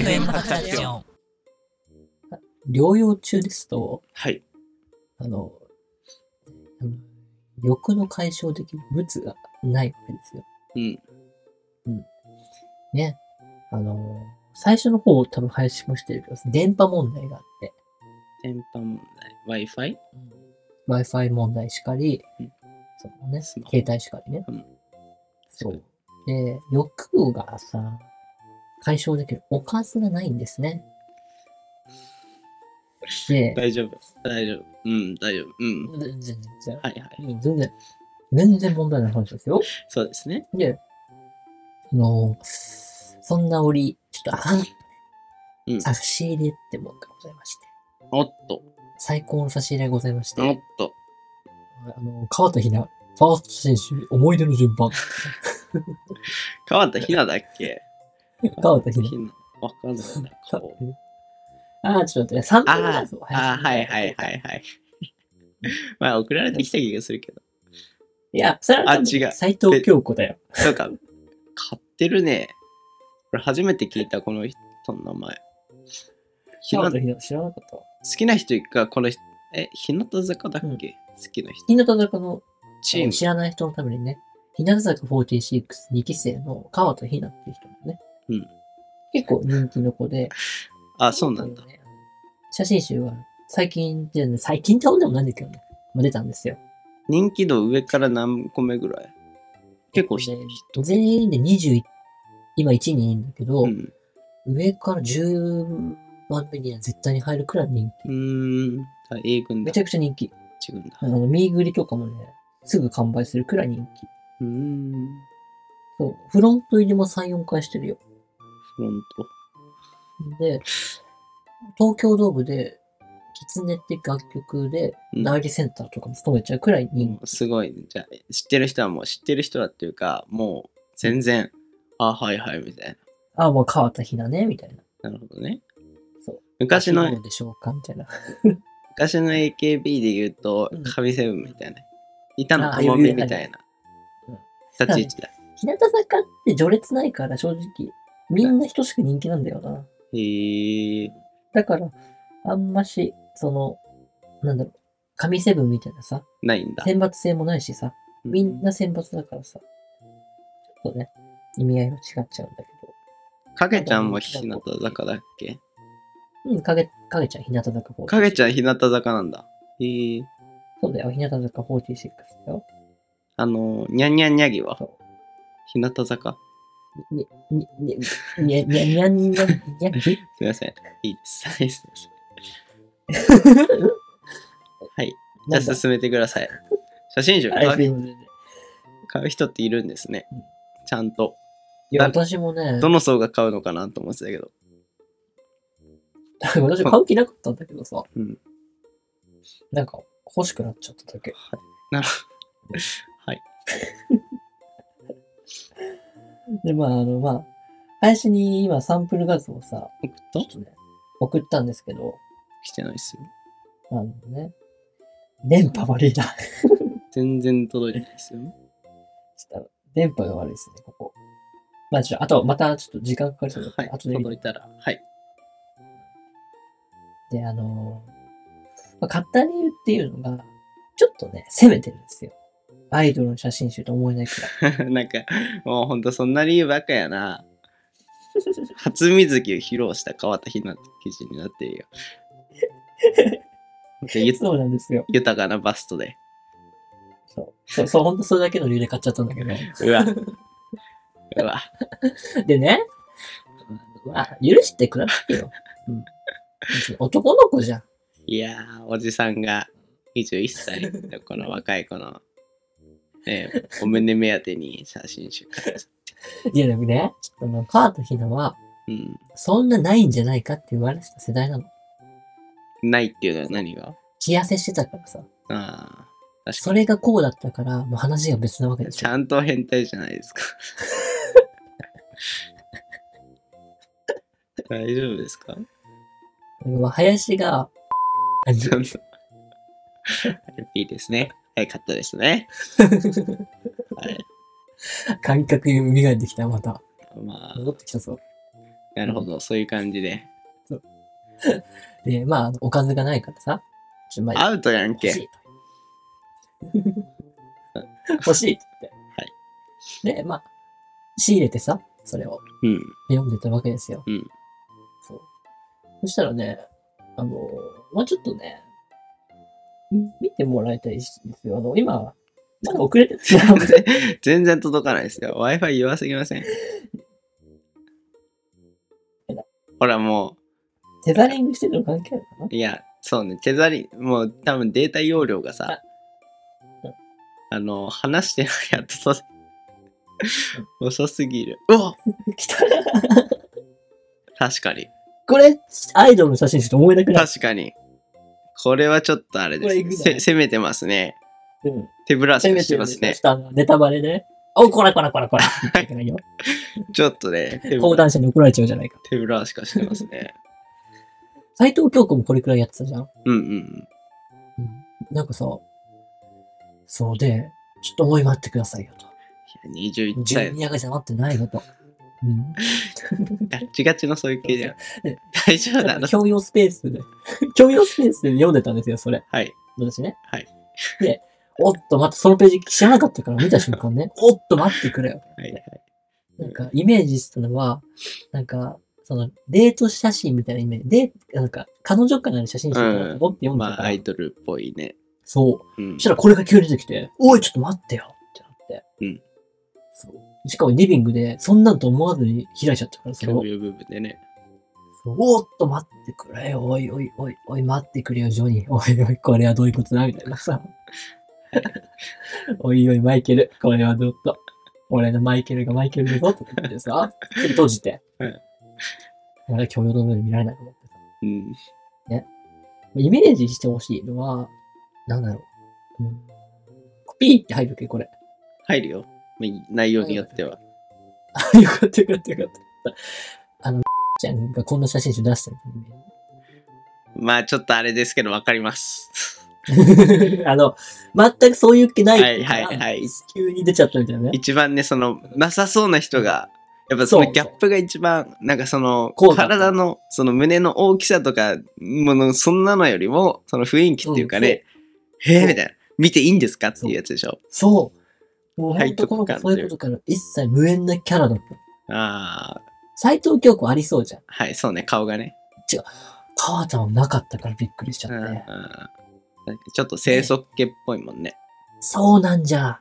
FM 博多ラジオ。 療養中ですと、 はい。 欲の解消できる物がないわけですよ。 うん。 ね。最初の方多分配信もしてるけど、電波問題があって。 電波問題。Wi-Fi？ Wi-Fi 問題しかり、そうね、携帯しかりね。そう。で、欲がさ、解消できるおかずがないんですね。で、 大丈夫。大丈夫。大丈夫。 全然、 はいはい。 全然問題ない話ですよ。 そうですね。 で、そんな折、ちょっと差し入れってものがございまして。 おっと。 最高の差し入れがございまして。 おっと。 川田ひな、ファースト選手、思い出の順番。 川田ひなだっけ？ 川田ひな。 わかんない。 ちょっと待ってね。サンプル画像はい。まあ、送られてきた気がするけど。 いや、それは違う。斎藤京子だよ。 そうか。買ってるね。これ初めて聞いた、この人の名前。 川田ひな、知らなかった。 好きな人がこの人、日向坂だっけ？好きな人。 日向坂のチーム。 知らない人のためにね、日向坂462期生の川田ひなっていう人もね。結構人気の子で。 あ、そうなんだ。 写真集は最近ってことでもないんだけどね。出たんですよ。 人気度上から何個目ぐらい？結構全員で21、今1位にいるんだけど、上から10番目には絶対に入るくらい人気。 A 軍だ。 めちゃくちゃ人気。 違うんだ。 ミーグリとかもね、すぐ完売するくらい人気。そう。フロント入りも3、4回してるよ。 フロント。 で、東京ドームで、キツネって楽曲で、代理センターとかも務めちゃうくらい人気。 すごい。じゃあ、知ってる人はもう知ってる人だっていうか、もう全然、はいはい、みたいな。もう川田ひなね、みたいな。 なるほどね。 そう。 昔の、 どうでしょうかみたいな。 昔の AKB で言うと、神セブンみたいな。板の友めみたいな。立ち位置だ。 日向坂って序列ないから、正直、みんな等しく人気なんだよな。だから、あんまし、神セブンみたいなさ、 ないんだ。 選抜制もないしさ、みんな選抜だからさ、ちょっとね、意味合いが違っちゃうんだけど。 影ちゃんも日向坂だっけ？ 影ちゃん日向坂46。 影ちゃん日向坂なんだ。 そうだよ、日向坂46だよ。 にゃんにゃんにゃぎは日向坂？ にゃんにゃんにゃぎ？すみません。いいです。はい、すみません。はい。じゃあ進めてください。写真集買う人っているんですね。ちゃんと。 いや、私もね。 どの層が買うのかなと思ってたけど。 私買う気なかったんだけどさ。なんか欲しくなっちゃっただけ。 はい。なるほど。はい。 で、林に今サンプル画像をさ、送ったんですけど。 来てないっすよ。ね。電波悪いな。 全然届いてないですよ。 電波が悪いですね、ここ。あと、またちょっと時間かかりそうだから、 後で届いたら。はい。 で、買った理由っていうのが、ちょっとね、攻めてるんですよ。アイドルの写真集と思えないくらい。なんか、もうほんとそんな理由ばっかやな。初水着を披露した川田ひな記事になってるよ。 そうなんですよ。 豊かなバストで。 そう、ほんとそれだけの理由で買っちゃったんだけど。 うわ。 でね、許してくださいよ。男の子じゃん。 いやー、おじさんが21歳のこの若い子の、お胸目当てに写真集買っちゃって。 いやでもね、川田ひなは、そんなないんじゃないかって言われてた世代なの。 ないっていうのは何が？ 気痩せしてたからさ。 確かに。 それがこうだったから、もう話が別なわけですよ。ちゃんと変態じゃないですか。大丈夫ですか？ 林が、 いいですね。はい、カットですね。はい、 感覚蘇ってきた、また。戻ってきたぞ。 なるほど、そういう感じで。 で、まあ、おかずがないからさ、まあアウトやん欲しいけ。 と。欲しいって言って。で、まあ、仕入れてさ、それをうん。 読んでたわけですよ。 うん。 そう。そしたらね、まあちょっとね、見てもらいたいんですよ。今、まだ遅れてるじゃん。 全然届かないですよ。Wi-Fi 弱すぎません。ほらもテザリングしてるの関係あるかな。 う、いや、そうね、手ざり、もう多分データ容量がさ、話してないやつと、遅すぎる。うわ来た。 確かに。 これ、アイドルの写真しか思えなくない。 確かに。これはちょっとあれこれいくですね。 ね攻めてますね。 うん。 手ぶらしかせめしててますね。 下のネタバレでね。お、こらこらこらこらって言っちゃいけないよ。 ちょっとね、 講談社に怒られちゃうじゃないか。 手ぶらしかしてますね。 斎藤京子もこれくらいやってたじゃん。 うんうんなんかさ、そうで、ちょっと思い待ってくださいよと。 いや。21歳。 12夜がじゃ待ってないよと。 ガッチガチのそういう系じゃんで。 大丈夫だろ。 共用スペースで読んでたんですよ、それ。 はい。 私ね。 はい。 で、おっと待って、そのページ知らなかったから見た瞬間ね、おっと待ってくれよ。 はいはい。 なんか、イメージしたのは、なんか、その、デート写真みたいなイメージ。で、なんか、彼女からの写真集かなと思って読んでたまあ、 から、 アイドルっぽいね。 そう。 うんそしたらこれが急に出てきて、おい、ちょっと待ってよってなって。 うんそう。しかもリビングで、そんなんと思わずに開いちゃったから、それを共。有部分でね。 そうおっと待ってくれよ。おいおいおいおい、待ってくれよ、ジョニー。おいおい、これはどういうことだみたいなさ。おいおい、マイケル。これはずっと。俺のマイケルがマイケルだぞって言ってさ、で閉じて。 うん俺は共用の上で見られないと思ってさ。 うん。 イメージしてほしいのは、なんだろう。ピーって入るっけ、これ。 入るよ。まあ内容によっては。 あ、よかったよかったよかった。ちゃんがこんな写真集出したみたいな。 まあ、ちょっとあれですけど、わかります。 全くそういう気ないはいはいはい。 急に出ちゃったみたいなね。 一番ね、なさそうな人が、やっぱそのギャップが一番、なんか怖かった体の、胸の大きさとか、そんなのよりも、その雰囲気っていうかね、へえ、みたいな。見ていいんですかっていうやつでしょ。 そう。もう背本当この子徳感そういうことから一切無縁なキャラだった。 ああ、 斎藤京子ありそうじゃん。 はい、そうね、顔がね。 川田はなかったからびっくりしちゃって。 うんうんなんかちょっと清楚系っぽいもんね。 そうなんじゃ。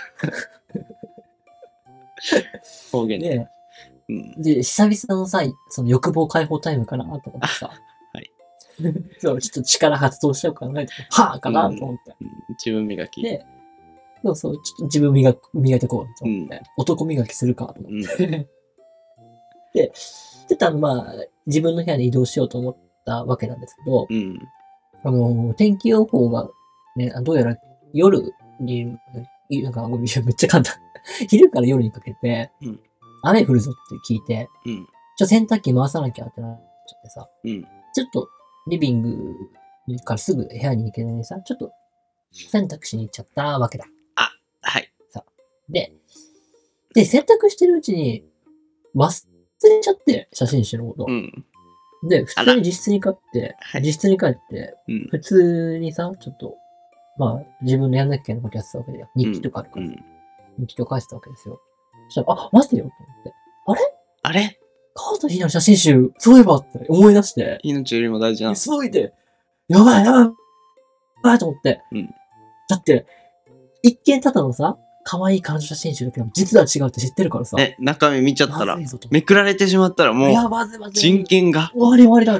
方言で。 で、 うん。 久々のさ、その欲望解放タイムかなと思ってさ。 はい。 そう、ちょっと力発動しようかなと。はぁかなと思って。 自分磨き。 で、そうそう、ちょっと自分磨いてこうと思って。男磨きするかと思って。で、まあ、自分の部屋に移動しようと思ったわけなんですけど、天気予報がね、どうやら夜に、なんか、めっちゃ簡単。昼から夜にかけて、雨降るぞって聞いて、洗濯機回さなきゃってなっちゃってさ、ちょっとリビングからすぐ部屋に行けないでさ、ちょっと洗濯しに行っちゃったわけだ。 あ、はい。 で、洗濯してるうちに忘れちゃって、写真集のこと。で、普通に自室に帰って、普通にさ、ちょっと、まあ、自分のやんなきゃいけないことやってたわけだよ。日記とかあるから。日記とか書いてたわけですよ。そしたら、あ、待ってよと思って。あれ川田ひなの写真集、そういえばって思い出して。 命よりも大事な。 急いで、やばいと思って。だって、一見ただのさ、可愛い彼女写真集だけど、実は違うって知ってるからさ。 中身見ちゃったら、めくられてしまったらもう、人権が。 終わりだ。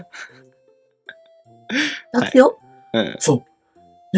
だってよ。そう。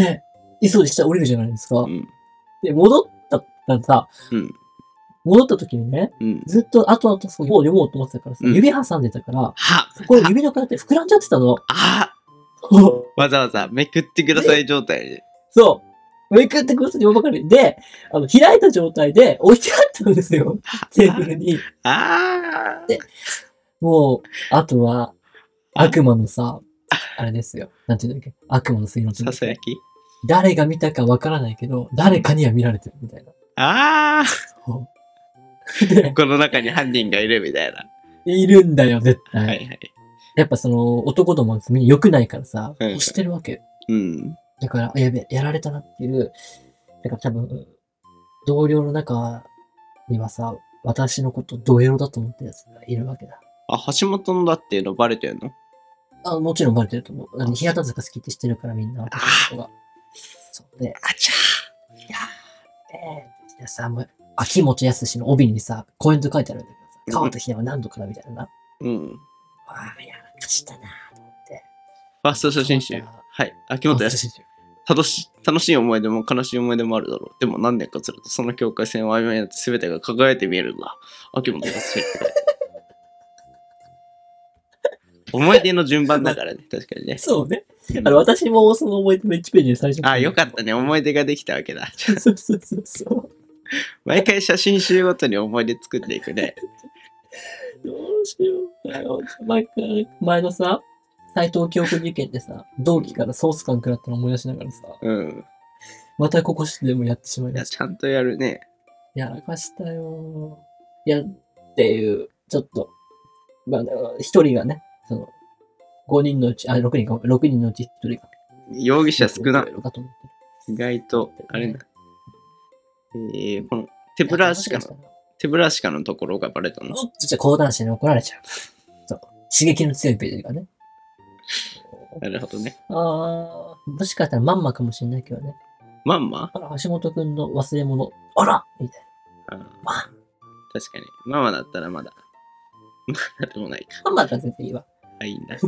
で、急いで下降りるじゃないですか。で、戻ったらさ、戻った時にね、ずっと後々そう読もうと思ってたからさ、指挟んでたから、そこ指の形って膨らんじゃってたの。 わざわざめくってください状態で。 そう。めくってくださいばかりで、開いた状態で置いてあったんですよ。テーブルに。で、もう、あとは、悪魔のさ、あれですよ。なんていうんだっけ。悪魔の水のささやき誰が見たかわからないけど、誰かには見られてるみたいな。 この中に犯人がいるみたいな。 いるんだよ、絶対。 はいはい。 やっぱその、男どもはみんな良くないからさ、 うん欲してるわけよ。 うん。 だから、やべえ、やられたなっていう、だから多分、同僚の中にはさ、私のことドエロだと思ってるやつがいるわけだ。 あ、橋本のだっていうのバレてるの？ あ、もちろんバレてると思う。日向坂好きって知ってるからみんな私のことが。そうで、 あちゃいやー、さ、もう、秋元康の帯にさ、コメント書いてあるんだけどさ、川田秀は何度かなみたいな。 ー。うん。 わあ、やらかしたなーと思って。 ファースト写真集。はい。秋元康。楽しい思い出も悲しい思い出もあるだろう。でも何年かするとその境界線は曖昧になって全てが輝いて見えるんだ。秋元康。思い出の順番だからね、確かにね。 そうね。私もその思い出の1ページで最初あ、よかったね。思い出ができたわけだ。 そうそうそうそう。 毎回写真集ごとに思い出作っていくね。 どうしよう。前のさ、斎藤教育事件でさ、同期からソース感食らったの思い出しながらさ、 うん。 またここしてでもやってしまいいや、 ました。 ちゃんとやるね。 やらかしたよ。いや、っていう、ちょっと、まあ、一人がね、その、5人のうち、6人か、6人のうち1人が。 容疑者少な。 かと思って意外と、あれだ。この手ぶらしかのところがバレたの。 おっと、じゃあ講談師に怒られちゃう。そう。刺激の強いページがね。 なるほどね。 もしかしたらまんまかもしれないけどね。 まんまあら、橋本くんの忘れ物。あらみたいな。まあ。 確かに。ママだったらまだ。まだでもないか。 まんまだったら全然いいわ。 あ、いいんだ。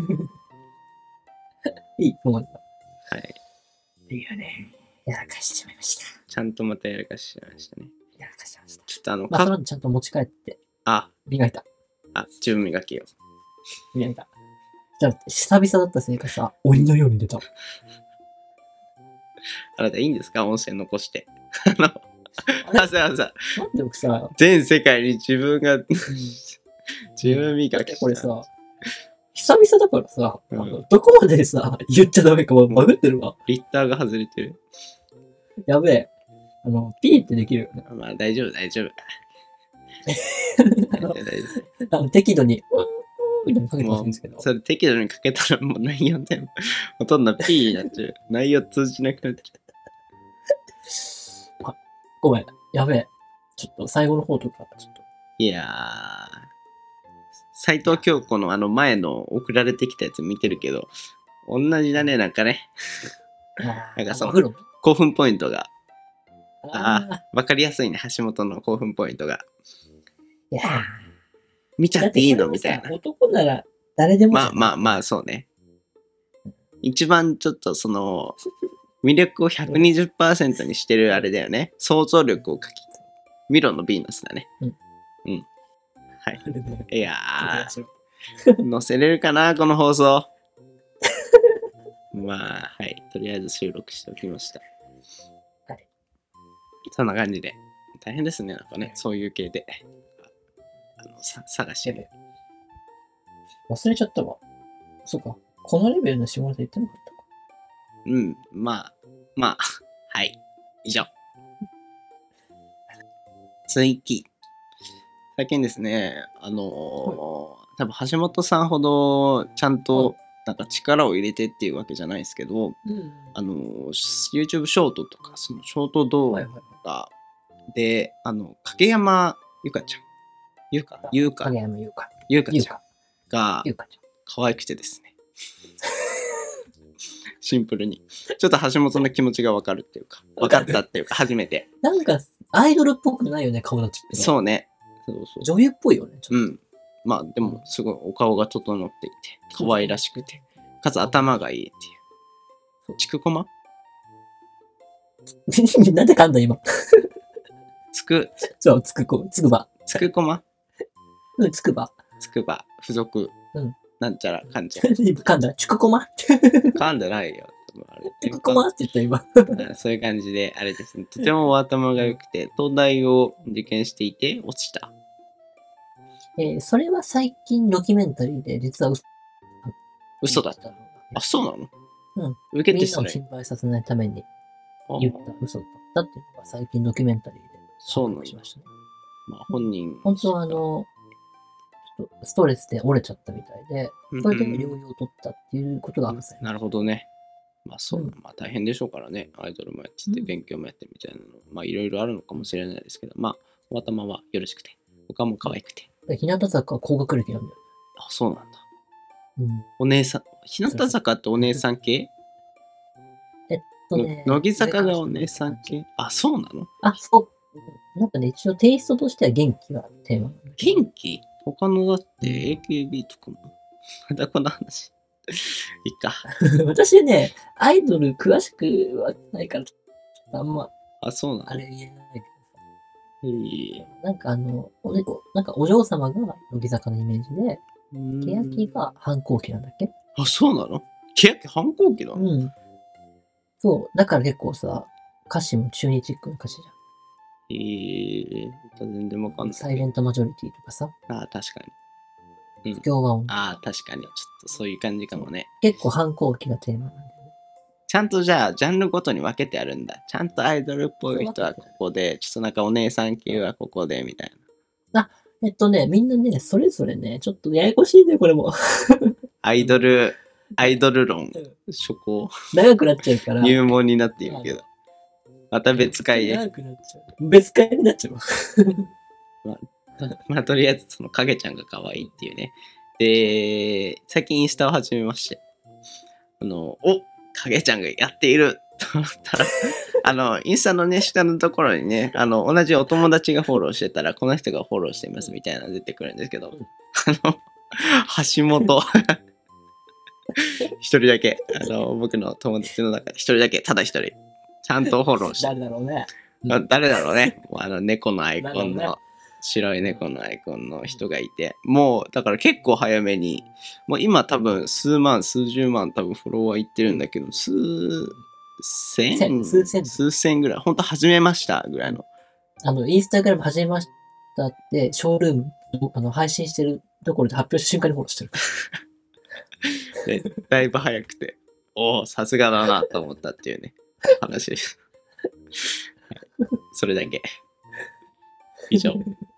いい、もう。はい。 っていうね。 やらかしてしまいました。 ちゃんとまたやらかしてしまいましたね。 やらかしました。 ちょっとまあ、その後ちゃんと持ち帰って。磨いた。 自分磨きよ。 磨いた。じゃあ、久々だったせいかさ、鬼のように出た。 あなたいいんですか音声残して。わざわざ。 なんで僕さ、 全世界に自分が自分磨きした。 これさ、久々だからさ、どこまでさ、言っちゃダメかバグってるわ。 リッターが外れてる。 やべえ。ピーってできるよね。 まあ大丈夫。大丈夫。 適度に、みたいなかけてほしいんですけど。 それ適度にかけたらもう内容全部、ほとんど P になっちゃう。内容通じなくなってきた。 ごめん。やべえ。ちょっと最後の方とか、ちょっと。 いやー。斉藤京子の前の送られてきたやつ見てるけど、同じだね、なんかね。なんかその、興奮ポイントが。わかりやすいね、橋本の興奮ポイントが。 いや見ちゃっていいのみたいな。 男なら誰でも。 まあ、そうね。一番ちょっとその、魅力を 120% にしてるあれだよね。想像力をミロのヴィーナスだね。うん。はい。いやー、載せれるかな、この放送。まあ、はい。とりあえず収録しておきました。はい。そんな感じで。大変ですね、なんかね、そういう系で。探しで。 忘れちゃったわ。そうか。このレベルの下ネタ言ってなかったか。 うん、まあ、はい。以上。追記。最近ですね、多分橋本さんほどちゃんとなんか力を入れてっていうわけじゃないですけど、YouTube ショートとか、そのショート動画で、影山ゆかちゃん。影山ゆか。 ゆかちゃんが可愛くてですね。シンプルに。ちょっと橋本の気持ちがわかるっていうか、わかったっていうか、初めて。 なんか、アイドルっぽくないよね、顔立ちって。 そうね。 女優っぽいよね、 ちょっと。うん。まあ、でも、すごいお顔が整っていて、可愛らしくて、かつ頭がいいっていう。ちくこまなんで噛んだ今。 そう、 つくば。 つくこまつくば。 つくば、付属。なんちゃら、かんちゃら。噛んだ。ちくこま噛んでないよ。 ちくこまって言った今。 そういう感じで、あれですね。とてもお頭が良くて、東大を受験していて、落ちた。 それは最近ドキュメンタリーで、実は嘘だった。あ、そうなの？ うん。 受けてみんなを心配させないために言った嘘だったっていうのが最近ドキュメンタリーでそうなんしましたね。まあ本人。 本当はとストレスで折れちゃったみたいで、それで療養を取ったっていうことがあるんですよ。 なるほどね。まあそう、まあ大変でしょうからね。アイドルもやってて、勉強もやってみたいなの。まあいろいろあるのかもしれないですけど、まあお頭はよろしくて、他も可愛くて。 日向坂は高学歴なんだよ。 あ、そうなんだ。お姉さん、日向坂ってお姉さん系？乃木坂がお姉さん系？あ、そうなの？ あ、そう。なんかね、一応テイストとしては元気がテーマ。 元気？他のだって AKB とかも。またこの話。いいか。 私ね、アイドル詳しくはないから、あんま。 あ、そうなの？ あれ言えないけどさ。 なんかなんかお嬢様が乃木坂のイメージで、欅が反抗期なんだっけ？ あ、そうなの？欅反抗期なの？そう。だから結構さ、歌詞も中二チックな歌詞じゃん。 全然わかんない。 サイレントマジョリティとかさ。 あ、確かに。 不協和音。 あ、確かに。ちょっとそういう感じかもね。 結構反抗期がテーマなんだよね。 ちゃんとじゃあ、ジャンルごとに分けてあるんだ。ちゃんとアイドルっぽい人はここで、ちょっとなんかお姉さん系はここで、みたいな。みんなね、それぞれね、ちょっとややこしいね、これも。 アイドル論、初行。 長くなっちゃうから。 入門になっているけど。また別会で。 長くなっちゃう。別会になっちゃう。 まあ、とりあえず、その影ちゃんが可愛いっていうね。で、最近インスタを始めまして。影ちゃんがやっていると思ったら、インスタのね、下のところにね、同じお友達がフォローしてたら、この人がフォローしてますみたいなの出てくるんですけど、橋本、一人だけ、僕の友達の中で一人だけ、ただ一人、ちゃんとフォローして。 誰だろうね。 誰だろうね。猫のアイコンの、白い猫のアイコンの人がいて、もうだから結構早めに、もう今多分数十万多分フォロワーいってるんだけど、数千ぐらい、ほんと始めましたぐらいの。 インスタグラム始めましたって、ショールーム、配信してるところで発表した瞬間にフォローしてる。 でだいぶ早くて、おお、さすがだなと思ったっていうね、話です。それだけ。以上。